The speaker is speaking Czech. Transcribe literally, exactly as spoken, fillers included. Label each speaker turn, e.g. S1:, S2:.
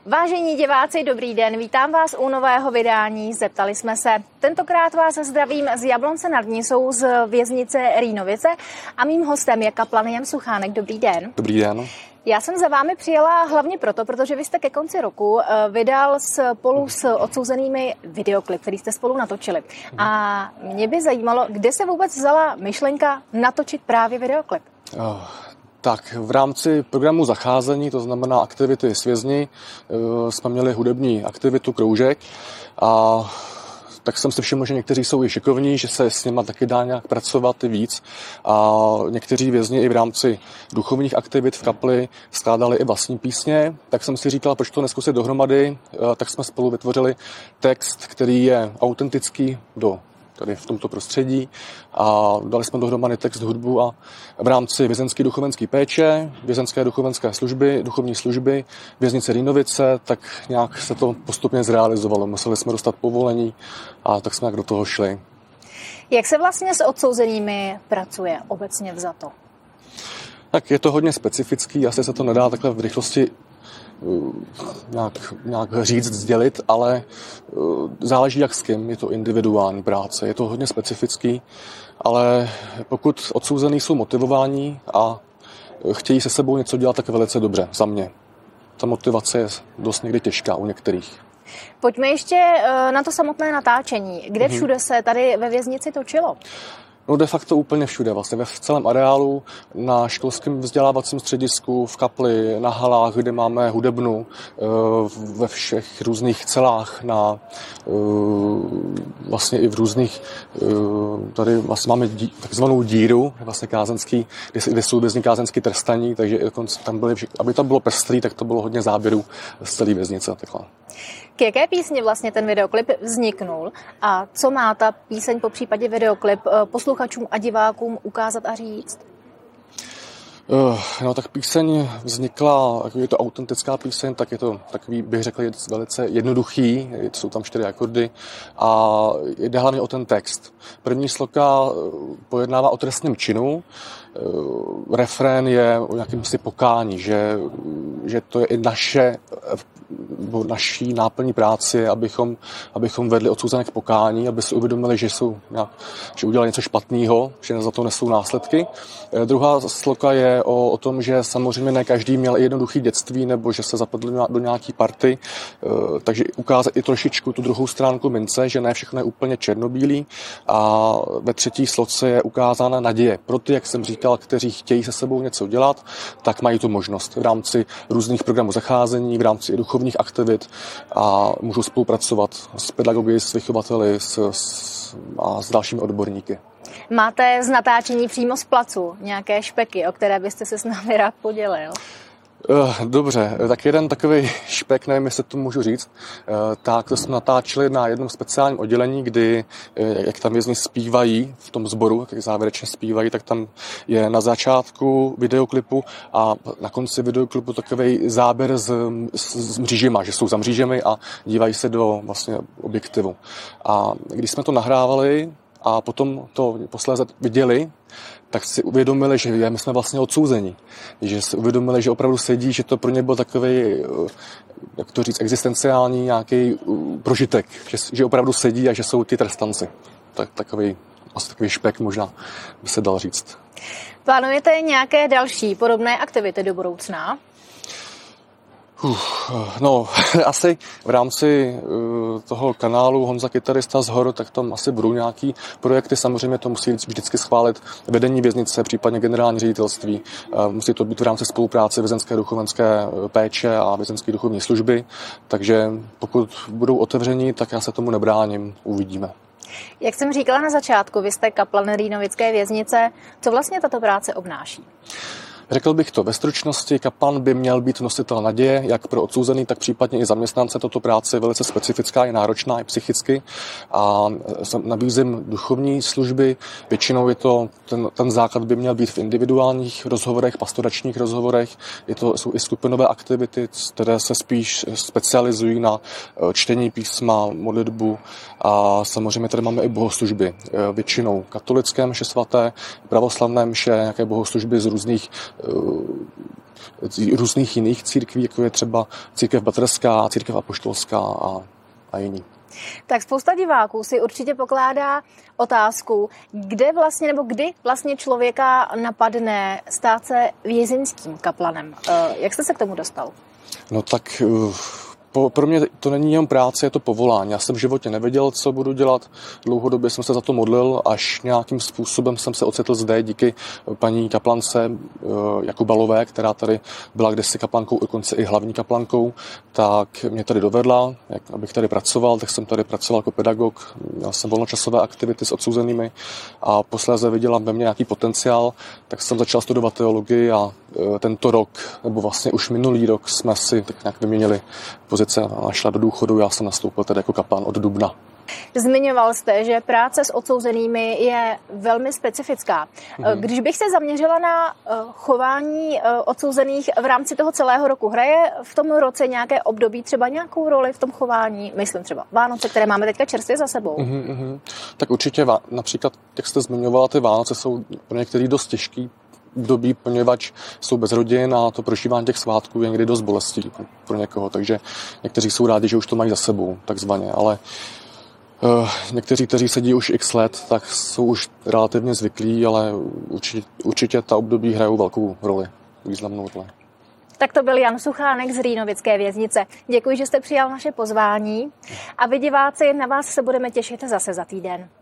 S1: Vážení diváci, dobrý den, vítám vás u nového vydání Zeptali jsme se. Tentokrát vás zdravím z Jablonce nad Nisou z věznice Rýnovice a mým hostem je kaplan Jan Suchánek. Dobrý den.
S2: Dobrý den.
S1: Já jsem za vámi přijela hlavně proto, protože vy jste ke konci roku vydal spolu s odsouzenými videoklip, který jste spolu natočili. A mě by zajímalo, kde se vůbec vzala myšlenka natočit právě videoklip?
S2: Oh. Tak v rámci programu Zacházení, to znamená aktivity s vězni, jsme měli hudební aktivitu Kroužek a tak jsem si všiml, že někteří jsou i šikovní, že se s nima taky dá nějak pracovat i víc a někteří vězni i v rámci duchovních aktivit v kapli skládali i vlastní písně, tak jsem si říkal, proč to neskusit dohromady, tak jsme spolu vytvořili text, který je autentický do tady v tomto prostředí a dali jsme dohromady text, hudbu a v rámci vězenské duchovenské péče, vězenské duchovenské služby, duchovní služby, věznice Rýnovice, tak nějak se to postupně zrealizovalo. Museli jsme dostat povolení a tak jsme jak do toho šli.
S1: Jak se vlastně s odsouzenými pracuje obecně vzato?
S2: Tak je to hodně specifický, asi se to nedá takhle v rychlosti Nějak, nějak říct, sdělit, ale záleží jak s kým, je to individuální práce, je to hodně specifický, ale pokud odsouzení jsou motivováni a chtějí se sebou něco dělat, tak velice dobře, za mě. Ta motivace je dost někdy těžká u některých.
S1: Pojďme ještě na to samotné natáčení. Kde všude se tady ve věznici točilo?
S2: No de facto úplně všude, vlastně ve celém areálu, na školském vzdělávacím středisku, v kapli, na halách, kde máme hudebnu, ve všech různých celách, na, vlastně i v různých, tady vlastně máme dí, takzvanou díru, vlastně kázenský, kde jsou vězni kázenský trestaní, takže tam byly, aby to bylo pestrý, tak to bylo hodně záběrů z celé věznice. Takhle.
S1: K jaké písni vlastně ten videoklip vzniknul a co má ta píseň, po případě videoklip, posluchačům a divákům ukázat a říct?
S2: Uh, no tak píseň vznikla, je to autentická píseň, tak je to takový, bych řekl, velice jednoduchý, jsou tam čtyři akordy a jde hlavně o ten text. První sloka pojednává o trestném činu, uh, refrén je o nějakém si pokání, že, že to je i naše naší náplní práci, abychom, abychom vedli odsouzené k pokání, aby si uvědomili, že, jsou, že udělali něco špatného, že za to nesou následky. Druhá sloka je o, o tom, že samozřejmě ne každý měl jednoduché dětství nebo že se zapadl do nějaký party, takže ukázat i trošičku tu druhou stránku mince, že ne všechno je úplně černobílý. A ve třetí sloce je ukázána naděje. Pro ty, jak jsem říkal, kteří chtějí se sebou něco dělat, tak mají tu možnost v rámci různých programů zacházení, v rámci duchovních aktivit a můžou spolupracovat s pedagogy, s vychovateli s, s, a s dalšími odborníky.
S1: Máte z natáčení přímo z placu nějaké špeky, o které byste se s námi rád podělil?
S2: Dobře, tak jeden takový špek, nevím, jestli to můžu říct, tak to jsme natáčeli na jednom speciálním oddělení, kdy, jak tam vězni zpívají v tom sboru, jak závěrečně zpívají, tak tam je na začátku videoklipu a na konci videoklipu takový záběr s, s, s mřížima, že jsou za mřížemi a dívají se do vlastně objektivu. A když jsme to nahrávali a potom to posléze viděli, tak si uvědomili, že my jsme vlastně odsouzeni. Že si uvědomili, že opravdu sedí, že to pro ně byl takový, jak to říct, existenciální nějaký prožitek. Že, že opravdu sedí a že jsou ti trestanci. Tak, takový, asi takový špek možná by se dal říct.
S1: Plánujete nějaké další podobné aktivity do budoucna?
S2: Uf, no, asi v rámci uh, toho kanálu Honza Kytarista z Hor, tak tam asi budou nějaký projekty. Samozřejmě to musí vždycky schválit vedení věznice, případně generální ředitelství. Uh, musí to být v rámci spolupráce vězenské duchovenské péče a vězenské duchovní služby. Takže pokud budou otevření, tak já se tomu nebráním, uvidíme.
S1: Jak jsem říkala na začátku, vy jste kaplan Rýnovické věznice. Co vlastně tato práce obnáší?
S2: Řekl bych to ve stručnosti, kaplan by měl být nositel naděje, jak pro odsouzený, tak případně i zaměstnance. Toto práce je velice specifická, je náročná i psychicky a nabízím duchovní služby. Většinou je to, ten, ten základ by měl být v individuálních rozhovorech, pastoračních rozhovorech. Je to, jsou i skupinové aktivity, které se spíš specializují na čtení písma, modlitbu a samozřejmě tady máme i bohoslužby. Většinou katolické mše svaté, pravoslavné mše, nějaké bohoslužby z různých různých jiných církví, jako je třeba církev bratrská, církev apoštolská a, a jiní.
S1: Tak spousta diváků si určitě pokládá otázku, kde vlastně nebo kdy vlastně člověka napadne stát se vězeňským kaplanem. Jak jste se k tomu dostal?
S2: No tak po, pro mě to není jen práce, je to povolání. Já jsem v životě nevěděl, co budu dělat. Dlouhodobě jsem se za to modlil, až nějakým způsobem jsem se ocitl zde díky paní kaplance Jakubalové, která tady byla kdysi kaplankou, dokonce i hlavní kaplankou, tak mě tady dovedla, jak, abych tady pracoval, tak jsem tady pracoval jako pedagog, měl jsem volnočasové aktivity s odsouzenými a posléze viděla ve mně nějaký potenciál, tak jsem začal studovat teologii a tento rok, nebo vlastně už minulý rok jsme si tak nějak vyměnili pozice a šla do důchodu, já jsem nastoupil tedy jako kaplan od dubna.
S1: Zmiňoval jste, že práce s odsouzenými je velmi specifická. Mm-hmm. Když bych se zaměřila na chování odsouzených v rámci toho celého roku, hraje v tom roce nějaké období třeba nějakou roli v tom chování, myslím třeba Vánoce, které máme teďka čerstvě za sebou? Mm-hmm.
S2: Tak určitě, například, jak jste zmiňovala, ty Vánoce jsou pro některý dost těžký období, poněvadž jsou bez rodin a to prožívání těch svátků je někdy dost bolestivý pro někoho, takže někteří jsou rádi, že už to mají za sebou, takzvaně, ale uh, někteří, kteří sedí už x let, tak jsou už relativně zvyklí, ale určitě, určitě ta období hrajou velkou roli, významnou roli.
S1: Tak to byl Jan Suchánek z Rýnovické věznice. Děkuji, že jste přijal naše pozvání a vy diváci, na vás se budeme těšit zase za týden.